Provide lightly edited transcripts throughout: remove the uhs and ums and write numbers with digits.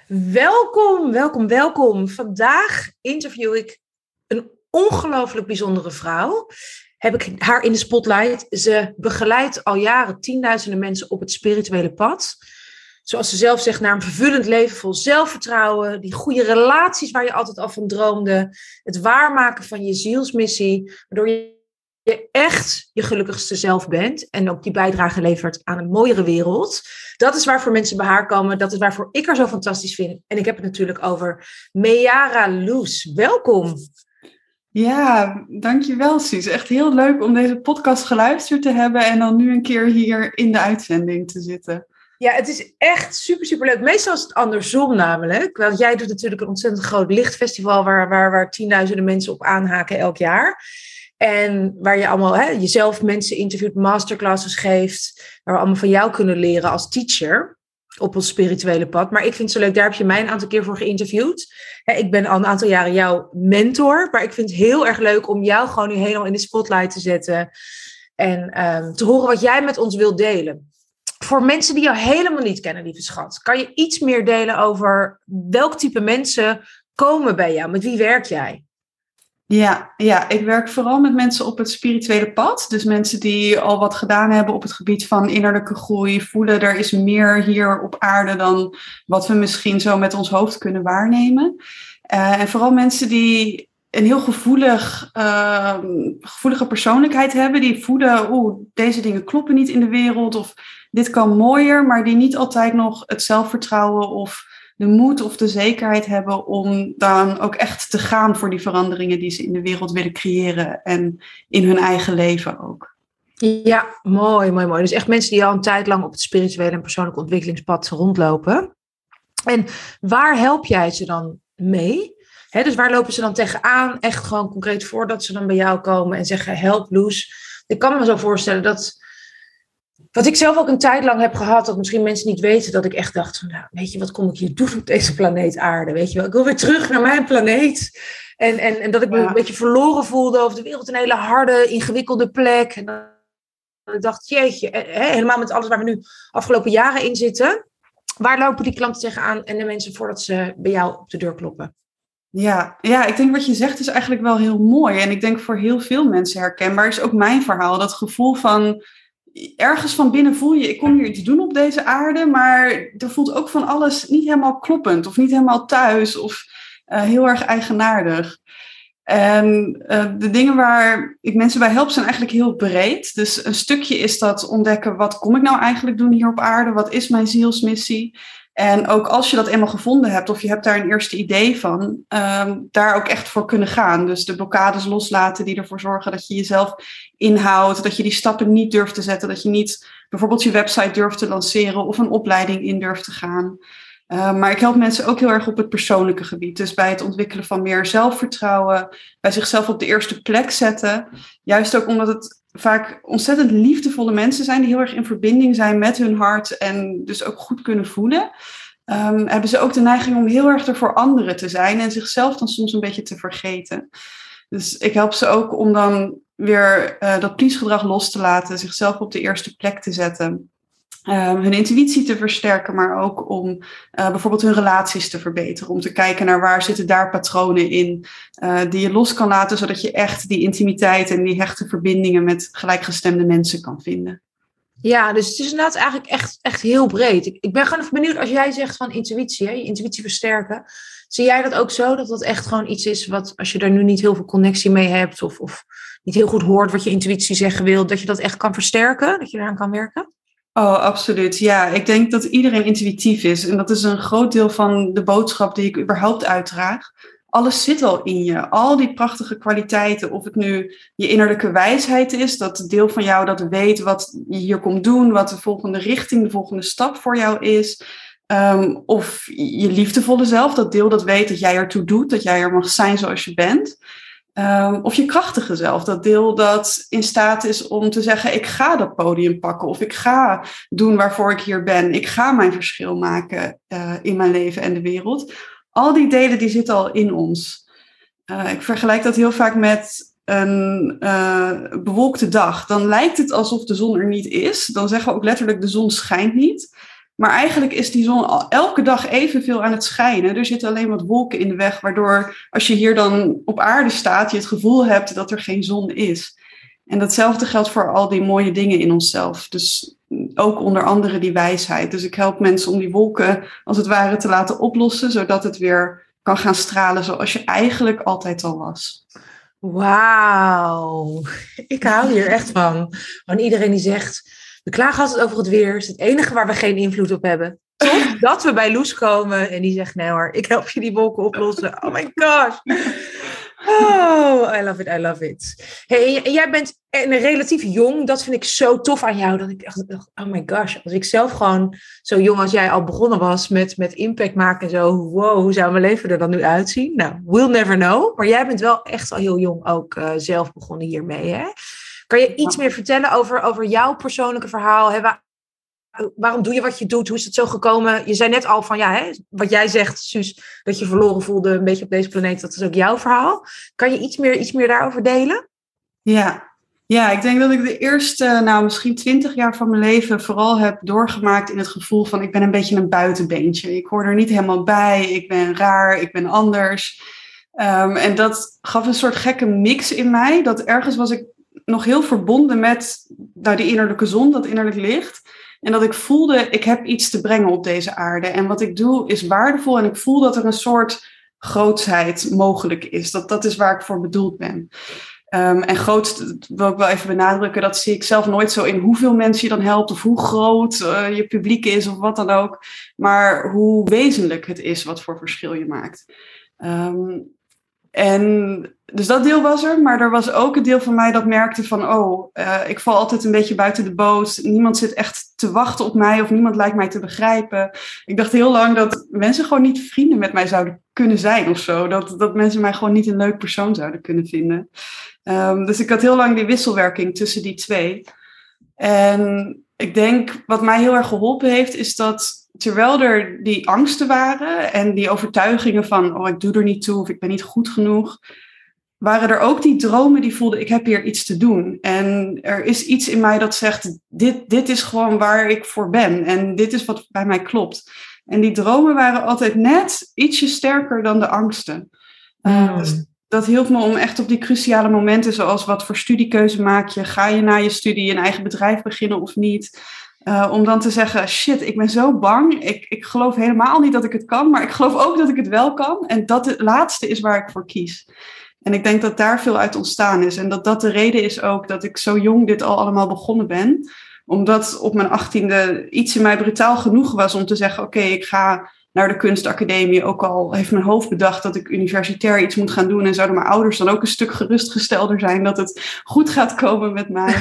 Welkom, welkom, welkom. Vandaag interview ik een ongelooflijk bijzondere vrouw. Heb ik haar in de spotlight. Ze begeleidt al jaren tienduizenden mensen op het spirituele pad. Zoals ze zelf zegt, naar een vervullend leven vol zelfvertrouwen. Die goede relaties waar je altijd al van droomde. Het waarmaken van je zielsmissie. Waardoor je echt je gelukkigste zelf bent. En ook die bijdrage levert aan een mooiere wereld. Dat is waarvoor mensen bij haar komen. Dat is waarvoor ik haar zo fantastisch vind. En ik heb het natuurlijk over Mayara Loes. Welkom. Ja, dankjewel Suus. Echt heel leuk om deze podcast geluisterd te hebben. En dan nu een keer hier in de uitzending te zitten. Ja, het is echt super, super leuk. Meestal is het andersom namelijk. Want jij doet natuurlijk een ontzettend groot lichtfestival waar tienduizenden mensen op aanhaken elk jaar. En waar je allemaal jezelf mensen interviewt, masterclasses geeft. Waar we allemaal van jou kunnen leren als teacher op ons spirituele pad. Maar ik vind het zo leuk, daar heb je mij een aantal keer voor geïnterviewd. Ik ben al een aantal jaren jouw mentor. Maar ik vind het heel erg leuk om jou gewoon nu helemaal in de spotlight te zetten. En te horen wat jij met ons wilt delen. Voor mensen die jou helemaal niet kennen, lieve schat. Kan je iets meer delen over welk type mensen komen bij jou? Met wie werk jij? Ja, ik werk vooral met mensen op het spirituele pad. Dus mensen die al wat gedaan hebben op het gebied van innerlijke groei. Voelen er is meer hier op aarde dan wat we misschien zo met ons hoofd kunnen waarnemen. En vooral mensen die een heel gevoelige persoonlijkheid hebben. Die voelen, deze dingen kloppen niet in de wereld. Of dit kan mooier, maar die niet altijd nog het zelfvertrouwen of de moed of de zekerheid hebben om dan ook echt te gaan voor die veranderingen die ze in de wereld willen creëren en in hun eigen leven ook. Ja, mooi. Dus echt mensen die al een tijd lang op het spirituele en persoonlijk ontwikkelingspad rondlopen. En waar help jij ze dan mee? Dus waar lopen ze dan tegenaan? Echt gewoon concreet voordat ze dan bij jou komen en zeggen help Loes. Ik kan me zo voorstellen dat wat ik zelf ook een tijd lang heb gehad, dat misschien mensen niet weten, dat ik echt dacht van, weet je, wat kom ik hier doen op deze planeet aarde? Weet je wel, ik wil weer terug naar mijn planeet. En dat ik me een beetje verloren voelde over de wereld, een hele harde, ingewikkelde plek. En dan ik dacht, jeetje, helemaal met alles waar we nu afgelopen jaren in zitten. Waar lopen die klanten tegenaan en de mensen voordat ze bij jou op de deur kloppen? Ja, ik denk wat je zegt is eigenlijk wel heel mooi. En ik denk voor heel veel mensen herkenbaar is ook mijn verhaal. Dat gevoel van ergens van binnen voel je, ik kom hier iets doen op deze aarde, maar er voelt ook van alles niet helemaal kloppend of niet helemaal thuis of heel erg eigenaardig. En de dingen waar ik mensen bij help zijn eigenlijk heel breed. Dus een stukje is dat ontdekken, wat kom ik nou eigenlijk doen hier op aarde? Wat is mijn zielsmissie? En ook als je dat eenmaal gevonden hebt of je hebt daar een eerste idee van, daar ook echt voor kunnen gaan. Dus de blokkades loslaten die ervoor zorgen dat je jezelf inhoudt, dat je die stappen niet durft te zetten, dat je niet bijvoorbeeld je website durft te lanceren of een opleiding in durft te gaan. Maar ik help mensen ook heel erg op het persoonlijke gebied. Dus bij het ontwikkelen van meer zelfvertrouwen, bij zichzelf op de eerste plek zetten. Juist ook omdat het vaak ontzettend liefdevolle mensen zijn die heel erg in verbinding zijn met hun hart en dus ook goed kunnen voelen. Hebben ze ook de neiging om heel erg er voor anderen te zijn en zichzelf dan soms een beetje te vergeten. Dus ik help ze ook om dan weer dat please-gedrag los te laten, zichzelf op de eerste plek te zetten. Hun intuïtie te versterken, maar ook om bijvoorbeeld hun relaties te verbeteren. Om te kijken naar waar zitten daar patronen in die je los kan laten, zodat je echt die intimiteit en die hechte verbindingen met gelijkgestemde mensen kan vinden. Ja, dus het is inderdaad eigenlijk echt heel breed. Ik ben gewoon even benieuwd als jij zegt van intuïtie, je intuïtie versterken. Zie jij dat ook zo, dat dat echt gewoon iets is wat als je daar nu niet heel veel connectie mee hebt of niet heel goed hoort wat je intuïtie zeggen wil, dat je dat echt kan versterken, dat je daaraan kan werken? Oh, absoluut. Ja, ik denk dat iedereen intuïtief is. En dat is een groot deel van de boodschap die ik überhaupt uitdraag. Alles zit al in je. Al die prachtige kwaliteiten. Of het nu je innerlijke wijsheid is. Dat deel van jou dat weet wat je hier komt doen. Wat de volgende richting, de volgende stap voor jou is. Of je liefdevolle zelf. Dat deel dat weet dat jij ertoe doet. Dat jij er mag zijn zoals je bent. Of je krachtige zelf, dat deel dat in staat is om te zeggen, ik ga dat podium pakken of ik ga doen waarvoor ik hier ben. Ik ga mijn verschil maken in mijn leven en de wereld. Al die delen die zitten al in ons. Ik vergelijk dat heel vaak met een bewolkte dag. Dan lijkt het alsof de zon er niet is. Dan zeggen we ook letterlijk de zon schijnt niet. Maar eigenlijk is die zon elke dag evenveel aan het schijnen. Er zitten alleen wat wolken in de weg, waardoor als je hier dan op aarde staat, je het gevoel hebt dat er geen zon is. En datzelfde geldt voor al die mooie dingen in onszelf. Dus ook onder andere die wijsheid. Dus ik help mensen om die wolken als het ware te laten oplossen, zodat het weer kan gaan stralen zoals je eigenlijk altijd al was. Wauw, ik hou hier echt van. Gewoon iedereen die zegt, we klagen altijd over het weer. Het is het enige waar we geen invloed op hebben. Totdat we bij Loes komen en die zegt, nee hoor, ik help je die wolken oplossen. Oh my gosh. Oh, I love it, I love it. Hey, en jij bent relatief jong. Dat vind ik zo tof aan jou. Dat ik echt dacht, oh my gosh. Als ik zelf gewoon zo jong als jij al begonnen was met impact maken en zo. Wow, hoe zou mijn leven er dan nu uitzien? Nou, we'll never know. Maar jij bent wel echt al heel jong ook zelf begonnen hiermee, hè? Kan je iets meer vertellen over jouw persoonlijke verhaal? Hè? Waarom doe je wat je doet? Hoe is het zo gekomen? Je zei net al van, ja, hè, wat jij zegt, Suus, dat je verloren voelde een beetje op deze planeet. Dat is ook jouw verhaal. Kan je iets meer daarover delen? Ja, ik denk dat ik de eerste, misschien 20 jaar van mijn leven vooral heb doorgemaakt in het gevoel van, ik ben een beetje een buitenbeentje. Ik hoor er niet helemaal bij. Ik ben raar. Ik ben anders. En dat gaf een soort gekke mix in mij. Dat ergens was ik nog heel verbonden met die innerlijke zon, dat innerlijk licht. En dat ik voelde, ik heb iets te brengen op deze aarde. En wat ik doe is waardevol. En ik voel dat er een soort grootsheid mogelijk is. Dat is waar ik voor bedoeld ben. En groot, wil ik wel even benadrukken, dat zie ik zelf nooit zo in hoeveel mensen je dan helpt. Of hoe groot je publiek is of wat dan ook. Maar hoe wezenlijk het is wat voor verschil je maakt. En dus dat deel was er, maar er was ook een deel van mij dat merkte van, ik val altijd een beetje buiten de boot. Niemand zit echt te wachten op mij of niemand lijkt mij te begrijpen. Ik dacht heel lang dat mensen gewoon niet vrienden met mij zouden kunnen zijn of zo. Dat mensen mij gewoon niet een leuk persoon zouden kunnen vinden. Dus ik had heel lang die wisselwerking tussen die twee. En ik denk, wat mij heel erg geholpen heeft, is dat terwijl er die angsten waren en die overtuigingen van, ik doe er niet toe of ik ben niet goed genoeg, waren er ook die dromen die voelden, ik heb hier iets te doen. En er is iets in mij dat zegt, dit is gewoon waar ik voor ben. En dit is wat bij mij klopt. En die dromen waren altijd net ietsje sterker dan de angsten. Dus dat hielp me om echt op die cruciale momenten, zoals wat voor studiekeuze maak je? Ga je na je studie een eigen bedrijf beginnen of niet? Om dan te zeggen, shit, ik ben zo bang. Ik geloof helemaal niet dat ik het kan, maar ik geloof ook dat ik het wel kan. En dat het laatste is waar ik voor kies. En ik denk dat daar veel uit ontstaan is. En dat de reden is ook dat ik zo jong dit al allemaal begonnen ben. Omdat op mijn 18e iets in mij brutaal genoeg was om te zeggen, oké, ik ga naar de kunstacademie. Ook al heeft mijn hoofd bedacht dat ik universitair iets moet gaan doen. En zouden mijn ouders dan ook een stuk gerustgestelder zijn dat het goed gaat komen met mij.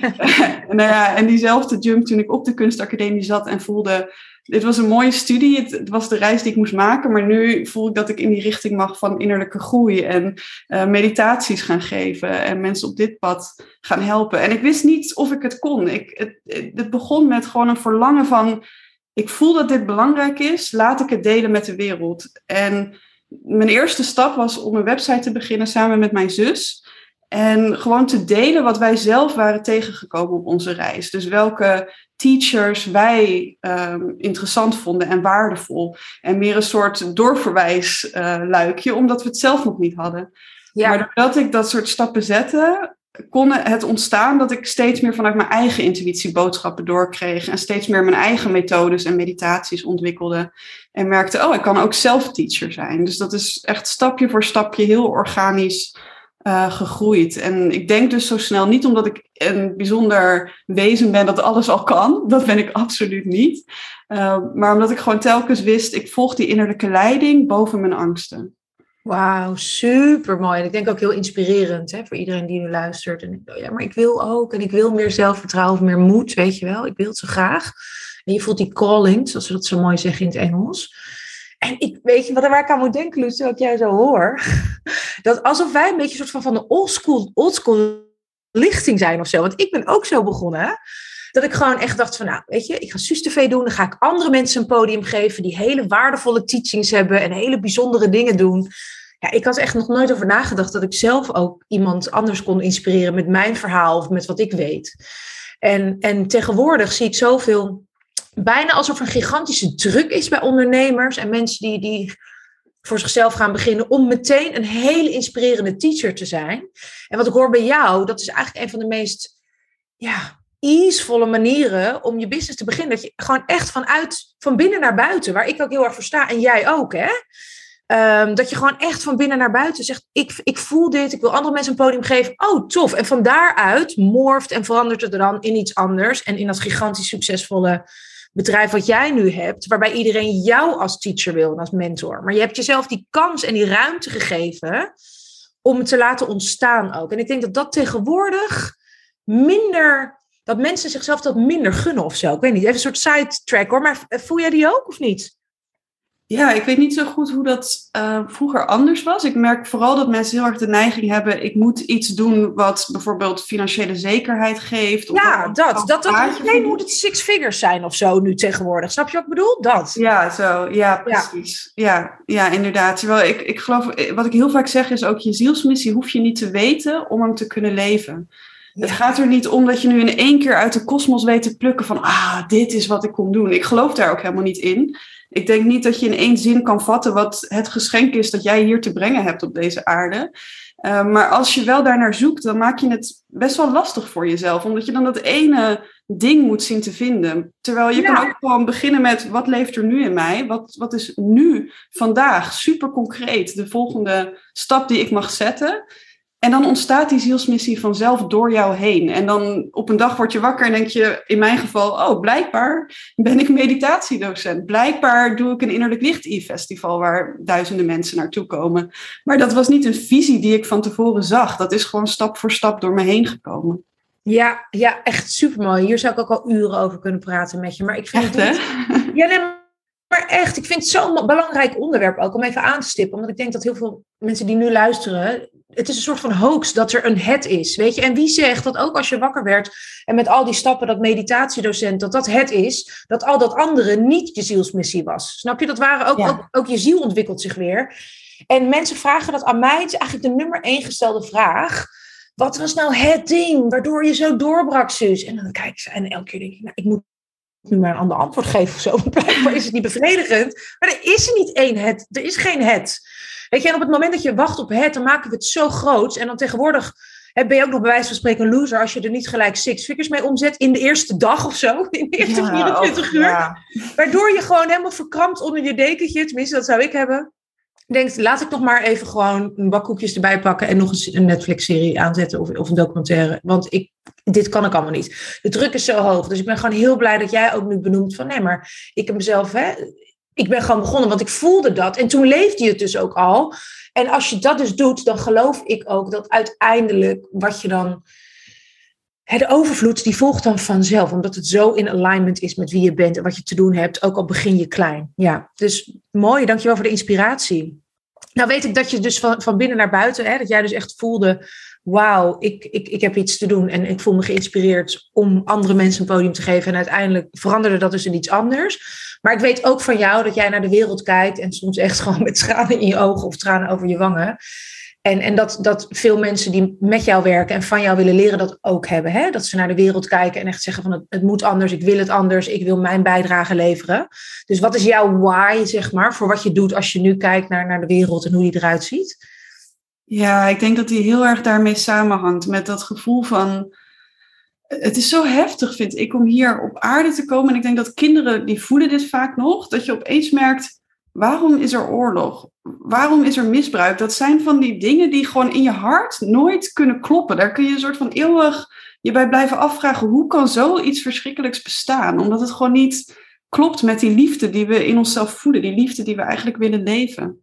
En diezelfde jump toen ik op de kunstacademie zat en voelde, dit was een mooie studie. Het was de reis die ik moest maken. Maar nu voel ik dat ik in die richting mag van innerlijke groei. En meditaties gaan geven. En mensen op dit pad gaan helpen. En ik wist niet of ik het kon. Het begon met gewoon een verlangen van, ik voel dat dit belangrijk is. Laat ik het delen met de wereld. En mijn eerste stap was om een website te beginnen samen met mijn zus. En gewoon te delen wat wij zelf waren tegengekomen op onze reis. Dus welke teachers wij interessant vonden en waardevol. En meer een soort doorverwijsluikje, omdat we het zelf nog niet hadden. Ja. Maar doordat ik dat soort stappen zette, kon het ontstaan dat ik steeds meer vanuit mijn eigen intuïtie boodschappen doorkreeg. En steeds meer mijn eigen methodes en meditaties ontwikkelde. En merkte, ik kan ook zelf teacher zijn. Dus dat is echt stapje voor stapje heel organisch gegroeid. En ik denk dus zo snel, niet omdat ik een bijzonder wezen ben dat alles al kan. Dat ben ik absoluut niet. Maar omdat ik gewoon telkens wist, ik volg die innerlijke leiding boven mijn angsten. Wauw, supermooi. En ik denk ook heel inspirerend, hè, voor iedereen die nu luistert. En maar ik wil ook. En ik wil meer zelfvertrouwen of meer moed, weet je wel. Ik wil het zo graag. En je voelt die calling, zoals we dat zo mooi zeggen in het Engels. En weet je waar ik aan moet denken, Luus, wat jij zo hoor? Dat alsof wij een beetje een soort van de oldschool lichting zijn of zo. Want ik ben ook zo begonnen, hè? Dat ik gewoon echt dacht van, weet je, ik ga Suus TV doen. Dan ga ik andere mensen een podium geven die hele waardevolle teachings hebben en hele bijzondere dingen doen. Ja, ik had echt nog nooit over nagedacht dat ik zelf ook iemand anders kon inspireren met mijn verhaal of met wat ik weet. En tegenwoordig zie ik zoveel bijna alsof er een gigantische druk is bij ondernemers en mensen die voor zichzelf gaan beginnen om meteen een hele inspirerende teacher te zijn. En wat ik hoor bij jou, dat is eigenlijk een van de meest easevolle manieren om je business te beginnen. Dat je gewoon echt van binnen naar buiten, waar ik ook heel erg voor sta en jij ook, hè. Dat je gewoon echt van binnen naar buiten zegt, ik voel dit, ik wil andere mensen een podium geven. Oh, tof. En van daaruit morft en verandert het er dan in iets anders. En in dat gigantisch succesvolle bedrijf wat jij nu hebt, waarbij iedereen jou als teacher wil en als mentor. Maar je hebt jezelf die kans en die ruimte gegeven om het te laten ontstaan ook. En ik denk dat tegenwoordig dat mensen zichzelf dat minder gunnen of zo. Ik weet niet, even een soort sidetrack hoor. Maar voel jij die ook of niet? Ja, ik weet niet zo goed hoe dat vroeger anders was. Ik merk vooral dat mensen heel erg de neiging hebben, ik moet iets doen wat bijvoorbeeld financiële zekerheid geeft. Iedereen moet het 6 figures zijn of zo nu tegenwoordig. Snap je wat ik bedoel? Dat. Ja, zo. Ja, precies. Ja, inderdaad. Terwijl ik geloof, wat ik heel vaak zeg is ook, je zielsmissie hoef je niet te weten om hem te kunnen leven. Ja. Het gaat er niet om dat je nu in één keer uit de kosmos weet te plukken van, dit is wat ik kom doen. Ik geloof daar ook helemaal niet in. Ik denk niet dat je in één zin kan vatten wat het geschenk is dat jij hier te brengen hebt op deze aarde. Maar als je wel daarnaar zoekt, dan maak je het best wel lastig voor jezelf. Omdat je dan dat ene ding moet zien te vinden. Terwijl je kan ook gewoon beginnen met, wat leeft er nu in mij? Wat is nu, vandaag, super concreet de volgende stap die ik mag zetten? En dan ontstaat die zielsmissie vanzelf door jou heen. En dan op een dag word je wakker en denk je, in mijn geval, blijkbaar ben ik meditatiedocent. Blijkbaar doe ik een innerlijk licht e-festival waar duizenden mensen naartoe komen. Maar dat was niet een visie die ik van tevoren zag. Dat is gewoon stap voor stap door me heen gekomen. Ja, echt supermooi. Hier zou ik ook al uren over kunnen praten met je. Maar ik vind maar echt, ik vind het zo'n belangrijk onderwerp ook om even aan te stippen. Omdat ik denk dat heel veel mensen die nu luisteren, het is een soort van hoax dat er een het is, weet je. En wie zegt dat ook als je wakker werd en met al die stappen, dat meditatiedocent, dat het is, dat al dat andere niet je zielsmissie was. Snap je? Dat waren ook je ziel ontwikkelt zich weer. En mensen vragen dat aan mij. Het is eigenlijk de nummer 1 gestelde vraag. Wat was nou het ding waardoor je zo doorbrak, Suus? En dan kijk ik ze en elke keer denk ik, ik moet nu maar een ander antwoord geven of zo. Blijkbaar is het niet bevredigend. Maar er is er niet één het. Er is geen het. Weet je, en op het moment dat je wacht op het, dan maken we het zo groot. En dan tegenwoordig ben je ook nog bij wijze van spreken een loser als je er niet gelijk 6 figures mee omzet in de eerste dag of zo. In de eerste 24 uur. Ja. Waardoor je gewoon helemaal verkrampt onder je dekentje. Tenminste, dat zou ik hebben. Denkt, laat ik nog maar even gewoon een bak koekjes erbij pakken en nog eens een Netflix-serie aanzetten of een documentaire. Want dit kan ik allemaal niet. De druk is zo hoog. Dus ik ben gewoon heel blij dat jij ook nu benoemt van nee, maar ik heb mezelf, ik ben gewoon begonnen, want ik voelde dat. En toen leefde je het dus ook al. En als je dat dus doet, dan geloof ik ook dat uiteindelijk wat je dan, de overvloed, die volgt dan vanzelf. Omdat het zo in alignment is met wie je bent en wat je te doen hebt. Ook al begin je klein. Ja, dus mooi. Dankjewel voor de inspiratie. Nou weet ik dat je dus van binnen naar buiten, dat jij dus echt voelde, wauw, ik heb iets te doen. En ik voel me geïnspireerd om andere mensen een podium te geven. En uiteindelijk veranderde dat dus in iets anders. Maar ik weet ook van jou dat jij naar de wereld kijkt en soms echt gewoon met tranen in je ogen of tranen over je wangen. En dat veel mensen die met jou werken en van jou willen leren dat ook hebben. Hè? Dat ze naar de wereld kijken en echt zeggen van het moet anders, ik wil het anders, ik wil mijn bijdrage leveren. Dus wat is jouw why, zeg maar, voor wat je doet als je nu kijkt naar de wereld en hoe die eruit ziet? Ja, ik denk dat die heel erg daarmee samenhangt met dat gevoel van, het is zo heftig, vind ik, om hier op aarde te komen. En ik denk dat kinderen, die voelen dit vaak nog, dat je opeens merkt, waarom is er oorlog? Waarom is er misbruik? Dat zijn van die dingen die gewoon in je hart nooit kunnen kloppen. Daar kun je een soort van eeuwig je bij blijven afvragen, hoe kan zoiets verschrikkelijks bestaan? Omdat het gewoon niet klopt met die liefde die we in onszelf voelen, die liefde die we eigenlijk willen leven.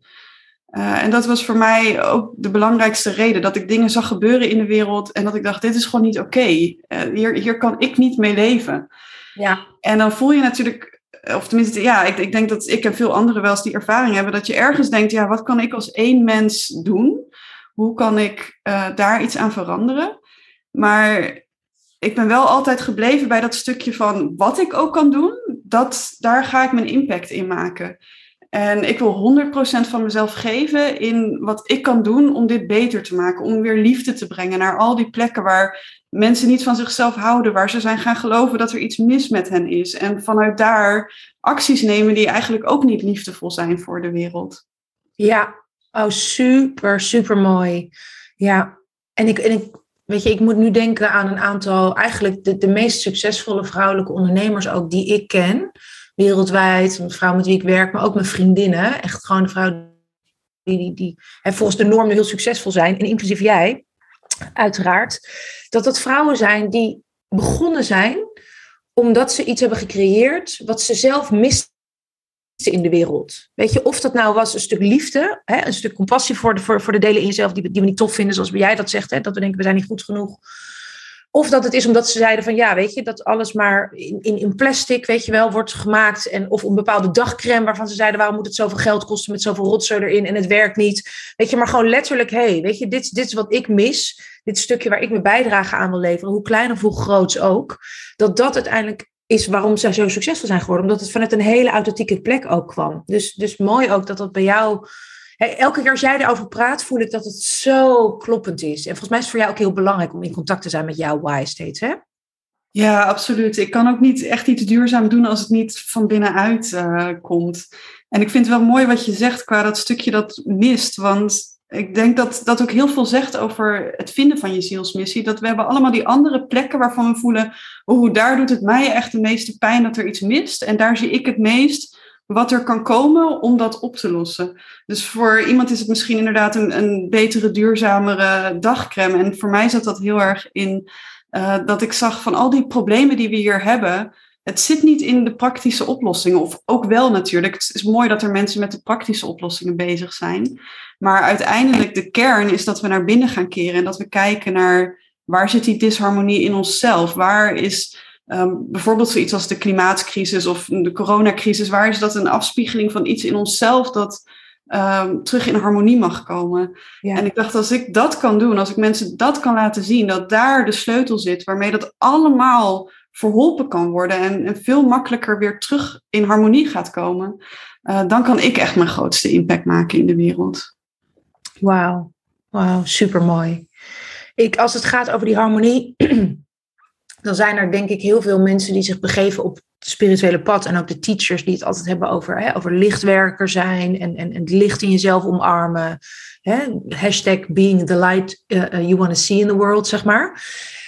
En dat was voor mij ook de belangrijkste reden, dat ik dingen zag gebeuren in de wereld en dat ik dacht, dit is gewoon niet oké. Hier kan ik niet mee leven. Ja. En dan voel je natuurlijk, of tenminste, ik denk dat ik en veel anderen wel eens die ervaring hebben, dat je ergens denkt, wat kan ik als één mens doen? Hoe kan ik daar iets aan veranderen? Maar ik ben wel altijd gebleven bij dat stukje van wat ik ook kan doen, daar ga ik mijn impact in maken. En ik wil 100% van mezelf geven in wat ik kan doen om dit beter te maken. Om weer liefde te brengen naar al die plekken waar mensen niet van zichzelf houden, waar ze zijn gaan geloven dat er iets mis met hen is. En vanuit daar acties nemen die eigenlijk ook niet liefdevol zijn voor de wereld. Ja, oh super, super mooi. Ja, en ik weet je, ik moet nu denken aan een aantal, eigenlijk de meest succesvolle vrouwelijke ondernemers ook die ik ken, wereldwijd, de vrouw met wie ik werk, maar ook mijn vriendinnen. Echt gewoon de vrouwen die volgens de norm heel succesvol zijn, en inclusief jij, uiteraard, dat vrouwen zijn die begonnen zijn omdat ze iets hebben gecreëerd wat ze zelf misten in de wereld. Weet je, of dat nou was een stuk liefde, een stuk compassie voor de delen in jezelf die we niet tof vinden, zoals jij dat zegt, dat we denken we zijn niet goed genoeg. Of dat het is omdat ze zeiden van ja, weet je, dat alles maar in plastic, weet je wel, wordt gemaakt. Of een bepaalde dagcrème waarvan ze zeiden, waarom moet het zoveel geld kosten met zoveel rotzooi erin en het werkt niet. Weet je, maar gewoon letterlijk, weet je, dit is wat ik mis. Dit stukje waar ik mijn bijdrage aan wil leveren, hoe klein of hoe groots ook. Dat uiteindelijk is waarom zij zo succesvol zijn geworden. Omdat het vanuit een hele authentieke plek ook kwam. Dus mooi ook dat bij jou... Elke keer als jij erover praat, voel ik dat het zo kloppend is. En volgens mij is het voor jou ook heel belangrijk om in contact te zijn met jouw why steeds, hè? Ja, absoluut. Ik kan ook niet echt iets duurzaam doen als het niet van binnenuit komt. En ik vind het wel mooi wat je zegt qua dat stukje dat mist. Want ik denk dat dat ook heel veel zegt over het vinden van je zielsmissie. Dat we hebben allemaal die andere plekken waarvan we voelen, daar doet het mij echt de meeste pijn dat er iets mist. En daar zie ik het meest wat er kan komen om dat op te lossen. Dus voor iemand is het misschien inderdaad een betere, duurzamere dagcrème. En voor mij zat dat heel erg in dat ik zag van al die problemen die we hier hebben, het zit niet in de praktische oplossingen. Of ook wel natuurlijk. Het is mooi dat er mensen met de praktische oplossingen bezig zijn. Maar uiteindelijk de kern is dat we naar binnen gaan keren. En dat we kijken naar waar zit die disharmonie in onszelf? Waar is bijvoorbeeld zoiets als de klimaatcrisis of de coronacrisis, waar is dat een afspiegeling van iets in onszelf dat terug in harmonie mag komen? Ja. En ik dacht, als ik dat kan doen, als ik mensen dat kan laten zien, dat daar de sleutel zit, waarmee dat allemaal verholpen kan worden en veel makkelijker weer terug in harmonie gaat komen, dan kan ik echt mijn grootste impact maken in de wereld. Wauw, supermooi. Als het gaat over die harmonie, dan zijn er denk ik heel veel mensen die zich begeven op het spirituele pad. En ook de teachers die het altijd hebben over lichtwerker zijn. En het licht in jezelf omarmen. Hashtag being the light you want to see in the world, zeg maar.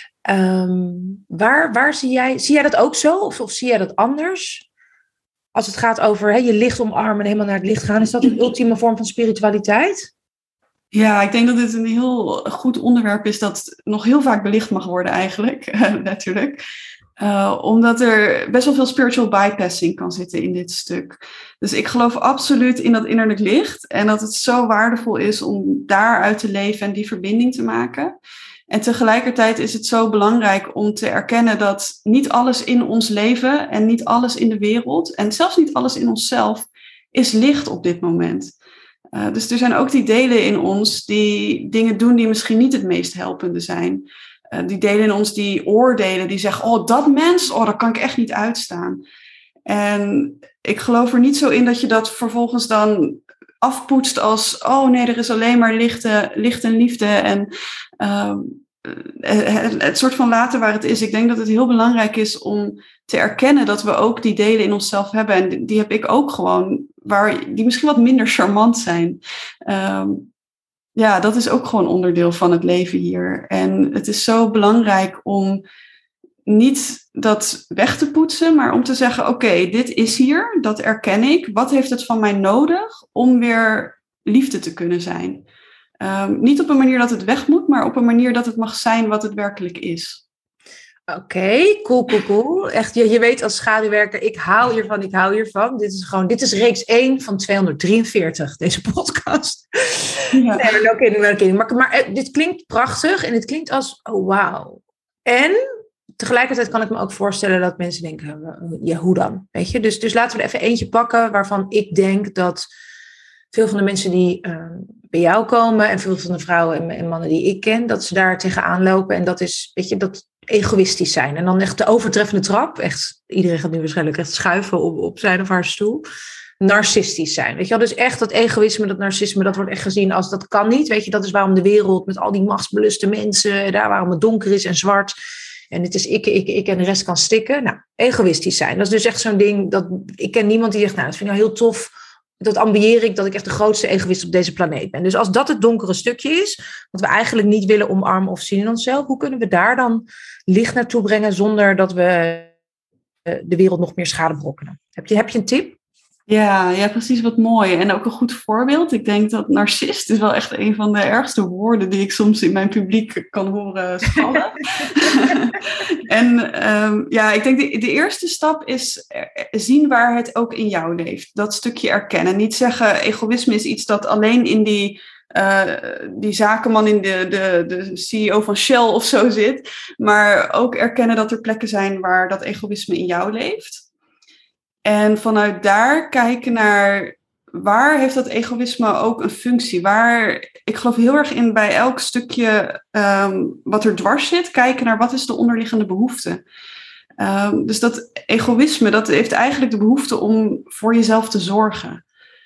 Waar zie jij dat ook zo? Of zie jij dat anders? Als het gaat over je licht omarmen en helemaal naar het licht gaan. Is dat een ultieme vorm van spiritualiteit? Ja, ik denk dat dit een heel goed onderwerp is dat nog heel vaak belicht mag worden eigenlijk, natuurlijk. Omdat er best wel veel spiritual bypassing kan zitten in dit stuk. Dus ik geloof absoluut in dat innerlijk licht en dat het zo waardevol is om daaruit te leven en die verbinding te maken. En tegelijkertijd is het zo belangrijk om te erkennen dat niet alles in ons leven en niet alles in de wereld en zelfs niet alles in onszelf is licht op dit moment. Dus er zijn ook die delen in ons die dingen doen die misschien niet het meest helpende zijn. Die delen in ons die oordelen, die zeggen, dat mens, dat kan ik echt niet uitstaan. En ik geloof er niet zo in dat je dat vervolgens dan afpoetst als, nee, er is alleen maar licht en liefde en het soort van laten waar het is. Ik denk dat het heel belangrijk is om te erkennen dat we ook die delen in onszelf hebben. En die heb ik ook gewoon, die misschien wat minder charmant zijn. Dat is ook gewoon onderdeel van het leven hier. En het is zo belangrijk om niet dat weg te poetsen, maar om te zeggen, oké, dit is hier, dat erken ik. Wat heeft het van mij nodig om weer liefde te kunnen zijn? Niet op een manier dat het weg moet, maar op een manier dat het mag zijn wat het werkelijk is. Oké, cool. Echt, je weet als schaduwwerker, ik hou hiervan. Dit is reeks 1 van 243, deze podcast. Ja. Nee, no kidding. Maar dit klinkt prachtig en het klinkt als, wauw. En tegelijkertijd kan ik me ook voorstellen dat mensen denken, ja, hoe dan? Weet je? Dus laten we er even eentje pakken waarvan ik denk dat veel van de mensen die bij jou komen en veel van de vrouwen en mannen die ik ken, dat ze daar tegenaan lopen. En dat is, weet je, dat egoïstisch zijn. En dan echt de overtreffende trap. Echt, iedereen gaat nu waarschijnlijk echt schuiven op zijn of haar stoel. narcistisch zijn. Weet je wel, dus echt dat egoïsme, dat narcisme, dat wordt echt gezien als dat kan niet. Weet je, dat is waarom de wereld met al die machtsbeluste mensen, daar waarom het donker is en zwart. En het is ik en de rest kan stikken. Nou, egoïstisch zijn. Dat is dus echt zo'n ding, dat ik ken niemand die zegt, nou, dat vind ik nou heel tof. Dat ambieer ik, dat ik echt de grootste egoïst op deze planeet ben. Dus als dat het donkere stukje is, wat we eigenlijk niet willen omarmen of zien in onszelf, hoe kunnen we daar dan licht naartoe brengen zonder dat we de wereld nog meer schade berokkenen? Heb je een tip? Ja, precies, wat mooi. En ook een goed voorbeeld. Ik denk dat narcist is wel echt een van de ergste woorden die ik soms in mijn publiek kan horen schallen. En ik denk de eerste stap is zien waar het ook in jou leeft. Dat stukje erkennen. Niet zeggen, egoïsme is iets dat alleen in die zakenman in de CEO van Shell of zo zit. Maar ook erkennen dat er plekken zijn waar dat egoïsme in jou leeft. En vanuit daar kijken naar waar heeft dat egoïsme ook een functie. Ik geloof heel erg in bij elk stukje wat er dwars zit, kijken naar wat is de onderliggende behoefte. Dus dat egoïsme, dat heeft eigenlijk de behoefte om voor jezelf te zorgen.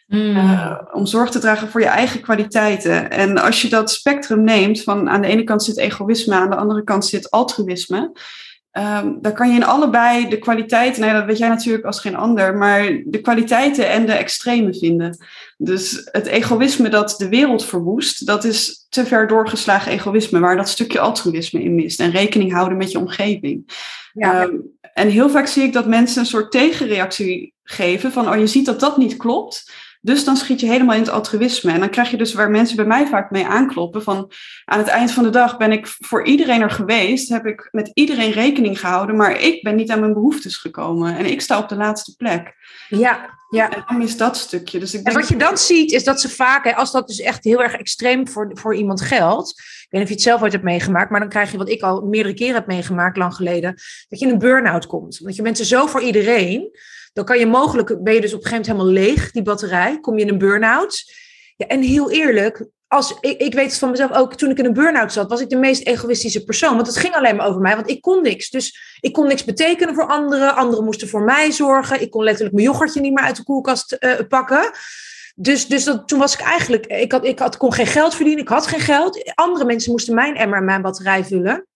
Om zorg te dragen voor je eigen kwaliteiten. En als je dat spectrum neemt, van aan de ene kant zit egoïsme, aan de andere kant zit altruïsme. Dan kan je in allebei de kwaliteiten, nou ja, dat weet jij natuurlijk als geen ander, maar de kwaliteiten en de extremen vinden. Dus het egoïsme dat de wereld verwoest, dat is te ver doorgeslagen egoïsme, waar dat stukje altruïsme in mist. En rekening houden met je omgeving. Ja. En heel vaak zie ik dat mensen een soort tegenreactie geven van, je ziet dat dat niet klopt. Dus dan schiet je helemaal in het altruïsme. En dan krijg je dus waar mensen bij mij vaak mee aankloppen. Van aan het eind van de dag ben ik voor iedereen er geweest. Heb ik met iedereen rekening gehouden. Maar ik ben niet aan mijn behoeftes gekomen. En ik sta op de laatste plek. Ja. En dan is dat stukje. Dus en wat je dan ziet is dat ze vaak, als dat dus echt heel erg extreem voor iemand geldt. Ik weet niet of je het zelf ooit hebt meegemaakt. Maar dan krijg je wat ik al meerdere keren heb meegemaakt lang geleden. Dat je in een burn-out komt. Want je bent er zo voor iedereen. Dan ben je dus op een gegeven moment helemaal leeg, die batterij. Kom je in een burn-out. Ja, en heel eerlijk, ik weet het van mezelf ook, toen ik in een burn-out zat, was ik de meest egoïstische persoon. Want het ging alleen maar over mij, want ik kon niks. Dus ik kon niks betekenen voor anderen. Anderen moesten voor mij zorgen. Ik kon letterlijk mijn yoghurtje niet meer uit de koelkast pakken. Dus toen was ik eigenlijk, ik kon geen geld verdienen. Ik had geen geld. Andere mensen moesten mijn emmer en mijn batterij vullen.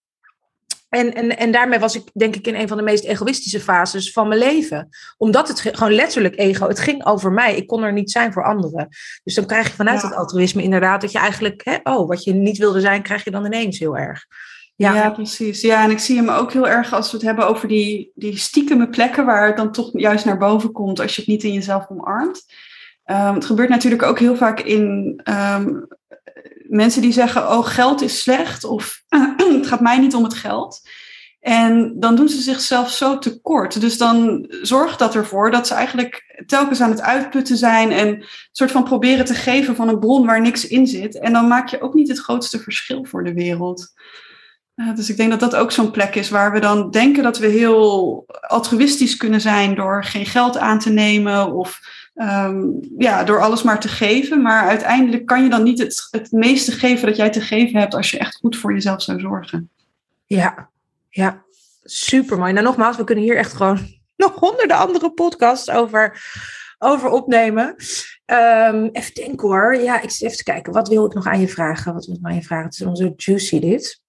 En daarmee was ik denk ik in een van de meest egoïstische fases van mijn leven. Omdat het gewoon letterlijk ego, het ging over mij. Ik kon er niet zijn voor anderen. Dus dan krijg je vanuit het altruïsme inderdaad dat je eigenlijk, wat je niet wilde zijn, krijg je dan ineens heel erg. Ja, precies. Ja, en ik zie hem ook heel erg als we het hebben over die stiekeme plekken waar het dan toch juist naar boven komt als je het niet in jezelf omarmt. Het gebeurt natuurlijk ook heel vaak in mensen die zeggen, geld is slecht of het gaat mij niet om het geld. En dan doen ze zichzelf zo tekort. Dus dan zorgt dat ervoor dat ze eigenlijk telkens aan het uitputten zijn en een soort van proberen te geven van een bron waar niks in zit. En dan maak je ook niet het grootste verschil voor de wereld. Dus ik denk dat dat ook zo'n plek is waar we dan denken dat we heel altruïstisch kunnen zijn door geen geld aan te nemen of door alles maar te geven. Maar uiteindelijk kan je dan niet het meeste geven dat jij te geven hebt als je echt goed voor jezelf zou zorgen. Ja, super mooi. Nou nogmaals, we kunnen hier echt gewoon nog honderden andere podcasts over opnemen. Even denken hoor. Ja, ik zit even te kijken. Wat wil ik nog aan je vragen? Het is allemaal zo juicy dit.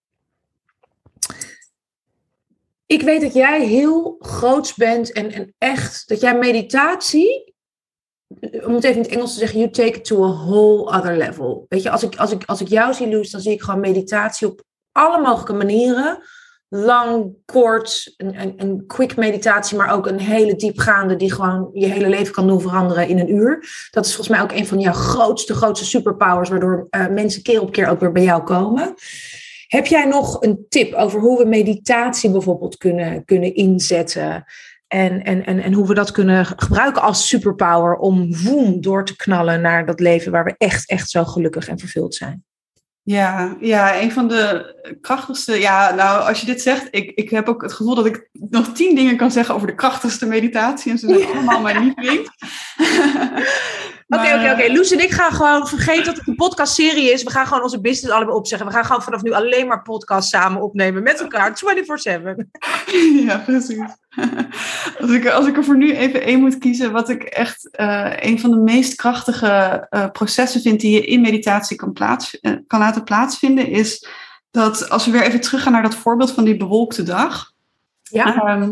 Ik weet dat jij heel groots bent en echt, dat jij meditatie, om het even in het Engels te zeggen, you take it to a whole other level. Weet je, als ik jou zie, Loes, dan zie ik gewoon meditatie op alle mogelijke manieren. Lang, kort, een quick meditatie, maar ook een hele diepgaande die gewoon je hele leven kan doen veranderen in een uur. Dat is volgens mij ook een van jouw grootste superpowers, waardoor mensen keer op keer ook weer bij jou komen. Heb jij nog een tip over hoe we meditatie bijvoorbeeld kunnen inzetten? En hoe we dat kunnen gebruiken als superpower om door te knallen naar dat leven waar we echt zo gelukkig en vervuld zijn? Ja, een van de krachtigste... Ja, nou, als je dit zegt, ik heb ook het gevoel dat ik nog 10 dingen kan zeggen over de krachtigste meditatie. En ze zijn allemaal mijn lieveling. Oké. Loes en ik gaan gewoon, vergeet dat het een podcastserie is. We gaan gewoon onze business allebei opzeggen. We gaan gewoon vanaf nu alleen maar podcasts samen opnemen met elkaar, 24/7. Ja, precies. Als ik er voor nu even één moet kiezen, wat ik echt een van de meest krachtige processen vind die je in meditatie kan laten plaatsvinden, is dat als we weer even teruggaan naar dat voorbeeld van die bewolkte dag. Ja.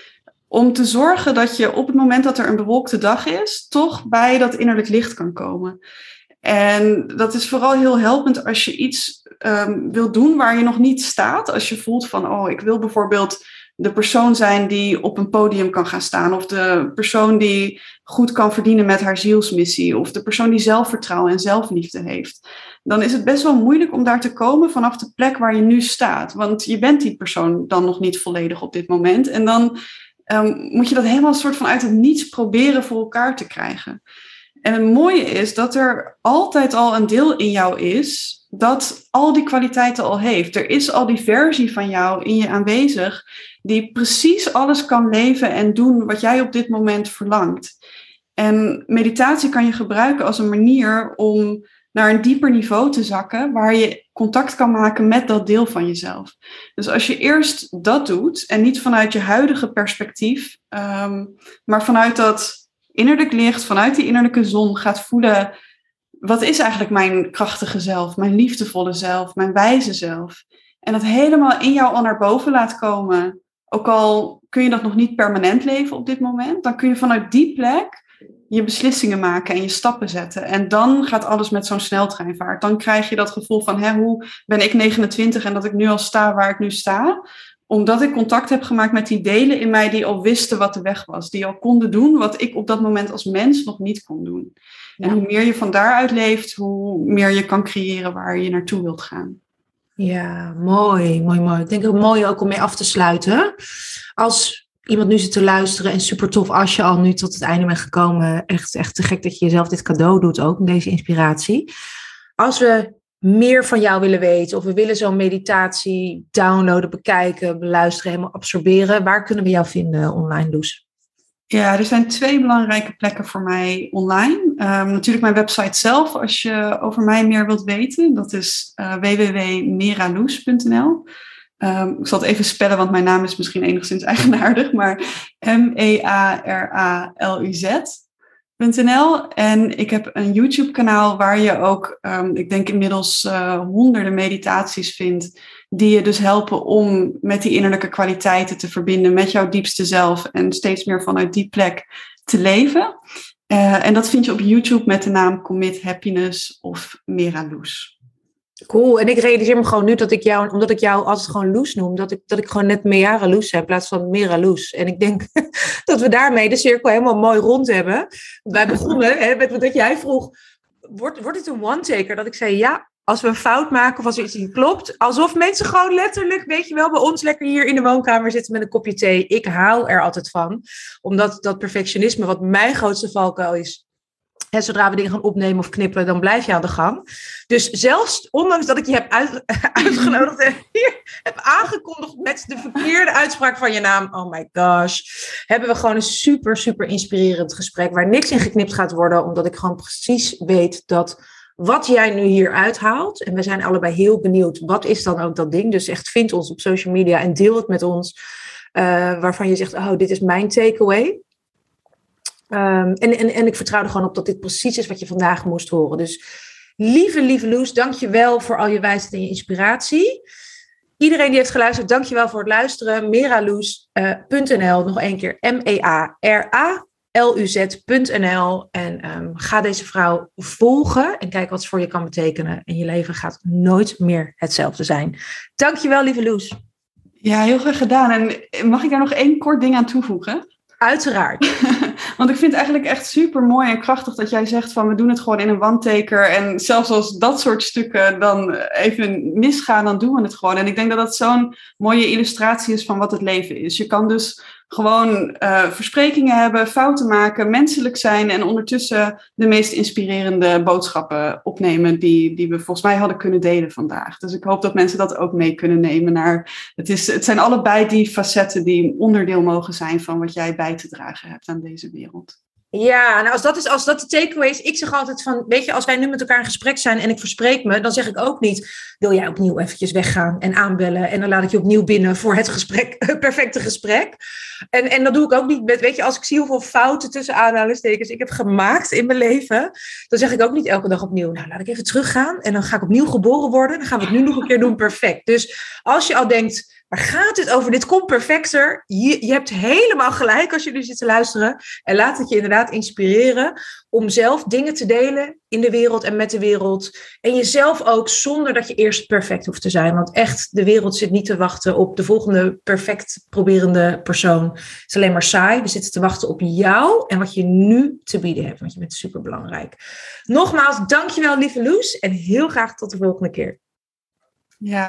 Om te zorgen dat je op het moment dat er een bewolkte dag is, toch bij dat innerlijk licht kan komen. En dat is vooral heel helpend als je iets wil doen waar je nog niet staat. Als je voelt van, ik wil bijvoorbeeld de persoon zijn die op een podium kan gaan staan. Of de persoon die goed kan verdienen met haar zielsmissie. Of de persoon die zelfvertrouwen en zelfliefde heeft. Dan is het best wel moeilijk om daar te komen vanaf de plek waar je nu staat. Want je bent die persoon dan nog niet volledig op dit moment. En dan moet je dat helemaal een soort van uit het niets proberen voor elkaar te krijgen. En het mooie is dat er altijd al een deel in jou is dat al die kwaliteiten al heeft. Er is al die versie van jou in je aanwezig die precies alles kan leven en doen wat jij op dit moment verlangt. En meditatie kan je gebruiken als een manier om naar een dieper niveau te zakken waar je contact kan maken met dat deel van jezelf. Dus als je eerst dat doet en niet vanuit je huidige perspectief, maar vanuit dat innerlijk licht, vanuit die innerlijke zon gaat voelen, wat is eigenlijk mijn krachtige zelf, mijn liefdevolle zelf, mijn wijze zelf. En dat helemaal in jou al naar boven laat komen, ook al kun je dat nog niet permanent leven op dit moment, dan kun je vanuit die plek je beslissingen maken en je stappen zetten. En dan gaat alles met zo'n sneltreinvaart. Dan krijg je dat gevoel van, hoe ben ik 29 en dat ik nu al sta waar ik nu sta? Omdat ik contact heb gemaakt met die delen in mij die al wisten wat de weg was. Die al konden doen wat ik op dat moment als mens nog niet kon doen. En hoe meer je van daaruit leeft, hoe meer je kan creëren waar je naartoe wilt gaan. Ja, mooi. Ik denk ook mooi ook om mee af te sluiten. Als iemand nu zit te luisteren en super tof als je al nu tot het einde bent gekomen. Echt te gek dat je jezelf dit cadeau doet ook, in deze inspiratie. Als we meer van jou willen weten of we willen zo'n meditatie downloaden, bekijken, beluisteren, helemaal absorberen. Waar kunnen we jou vinden online, Loes? Ja, er zijn 2 belangrijke plekken voor mij online. Natuurlijk mijn website zelf, als je over mij meer wilt weten. Dat is www.meraloes.nl. Ik zal het even spellen, want mijn naam is misschien enigszins eigenaardig. Maar meraluz.nl. En ik heb een YouTube-kanaal waar je ook, ik denk inmiddels honderden meditaties vindt, die je dus helpen om met die innerlijke kwaliteiten te verbinden met jouw diepste zelf en steeds meer vanuit die plek te leven. En dat vind je op YouTube met de naam Commit Happiness of Meraloes. Cool, en ik realiseer me gewoon nu dat ik jou, omdat ik jou altijd gewoon Loes noem, dat ik gewoon net Meraloes heb in plaats van Meraloes. En ik denk dat we daarmee de cirkel helemaal mooi rond hebben. Wij begonnen met dat jij vroeg, wordt het een one-taker? Dat ik zei ja, als we een fout maken of als er iets niet klopt. Alsof mensen gewoon letterlijk, weet je wel, bij ons lekker hier in de woonkamer zitten met een kopje thee. Ik hou er altijd van, omdat dat perfectionisme, wat mijn grootste valkuil is. En zodra we dingen gaan opnemen of knippen, dan blijf je aan de gang. Dus zelfs, ondanks dat ik je heb uitgenodigd en hier heb aangekondigd met de verkeerde uitspraak van je naam, oh my gosh, hebben we gewoon een super, super inspirerend gesprek waar niks in geknipt gaat worden, omdat ik gewoon precies weet dat wat jij nu hier uithaalt, en we zijn allebei heel benieuwd, wat is dan ook dat ding? Dus echt vind ons op social media en deel het met ons, waarvan je zegt, oh, dit is mijn takeaway. En ik vertrouw er gewoon op dat dit precies is wat je vandaag moest horen. Dus lieve Loes, dank je wel voor al je wijsheid en je inspiratie. Iedereen die heeft geluisterd, dank je wel voor het luisteren. Meraluz.nl, nog één keer meraluz.nl. En ga deze vrouw volgen en kijk wat ze voor je kan betekenen. En je leven gaat nooit meer hetzelfde zijn. Dank je wel, lieve Loes. Ja, heel graag gedaan. En mag ik daar nog 1 kort ding aan toevoegen? Uiteraard. Want ik vind het eigenlijk echt super mooi en krachtig dat jij zegt van we doen het gewoon in een one-taker. En zelfs als dat soort stukken dan even misgaan, dan doen we het gewoon. En ik denk dat dat zo'n mooie illustratie is van wat het leven is. Je kan dus gewoon versprekingen hebben, fouten maken, menselijk zijn en ondertussen de meest inspirerende boodschappen opnemen die we volgens mij hadden kunnen delen vandaag. Dus ik hoop dat mensen dat ook mee kunnen nemen naar, het zijn allebei die facetten die onderdeel mogen zijn van wat jij bij te dragen hebt aan deze wereld. Ja, nou als dat de takeaway is, ik zeg altijd van, weet je, als wij nu met elkaar in gesprek zijn en ik verspreek me, dan zeg ik ook niet, wil jij opnieuw eventjes weggaan en aanbellen en dan laat ik je opnieuw binnen voor het gesprek, perfecte gesprek. En dat doe ik ook niet met, weet je, als ik zie hoeveel fouten tussen aanhalingstekens ik heb gemaakt in mijn leven, dan zeg ik ook niet elke dag opnieuw, nou laat ik even teruggaan en dan ga ik opnieuw geboren worden, dan gaan we het nu nog een keer doen perfect. Dus als je al denkt, waar gaat dit over? Dit komt perfecter. Je hebt helemaal gelijk als je nu zit te luisteren. En laat het je inderdaad inspireren om zelf dingen te delen in de wereld en met de wereld. En jezelf ook zonder dat je eerst perfect hoeft te zijn. Want echt, de wereld zit niet te wachten op de volgende perfect proberende persoon. Het is alleen maar saai. We zitten te wachten op jou en wat je nu te bieden hebt. Want je bent superbelangrijk. Nogmaals, dankjewel lieve Loes. En heel graag tot de volgende keer. Ja,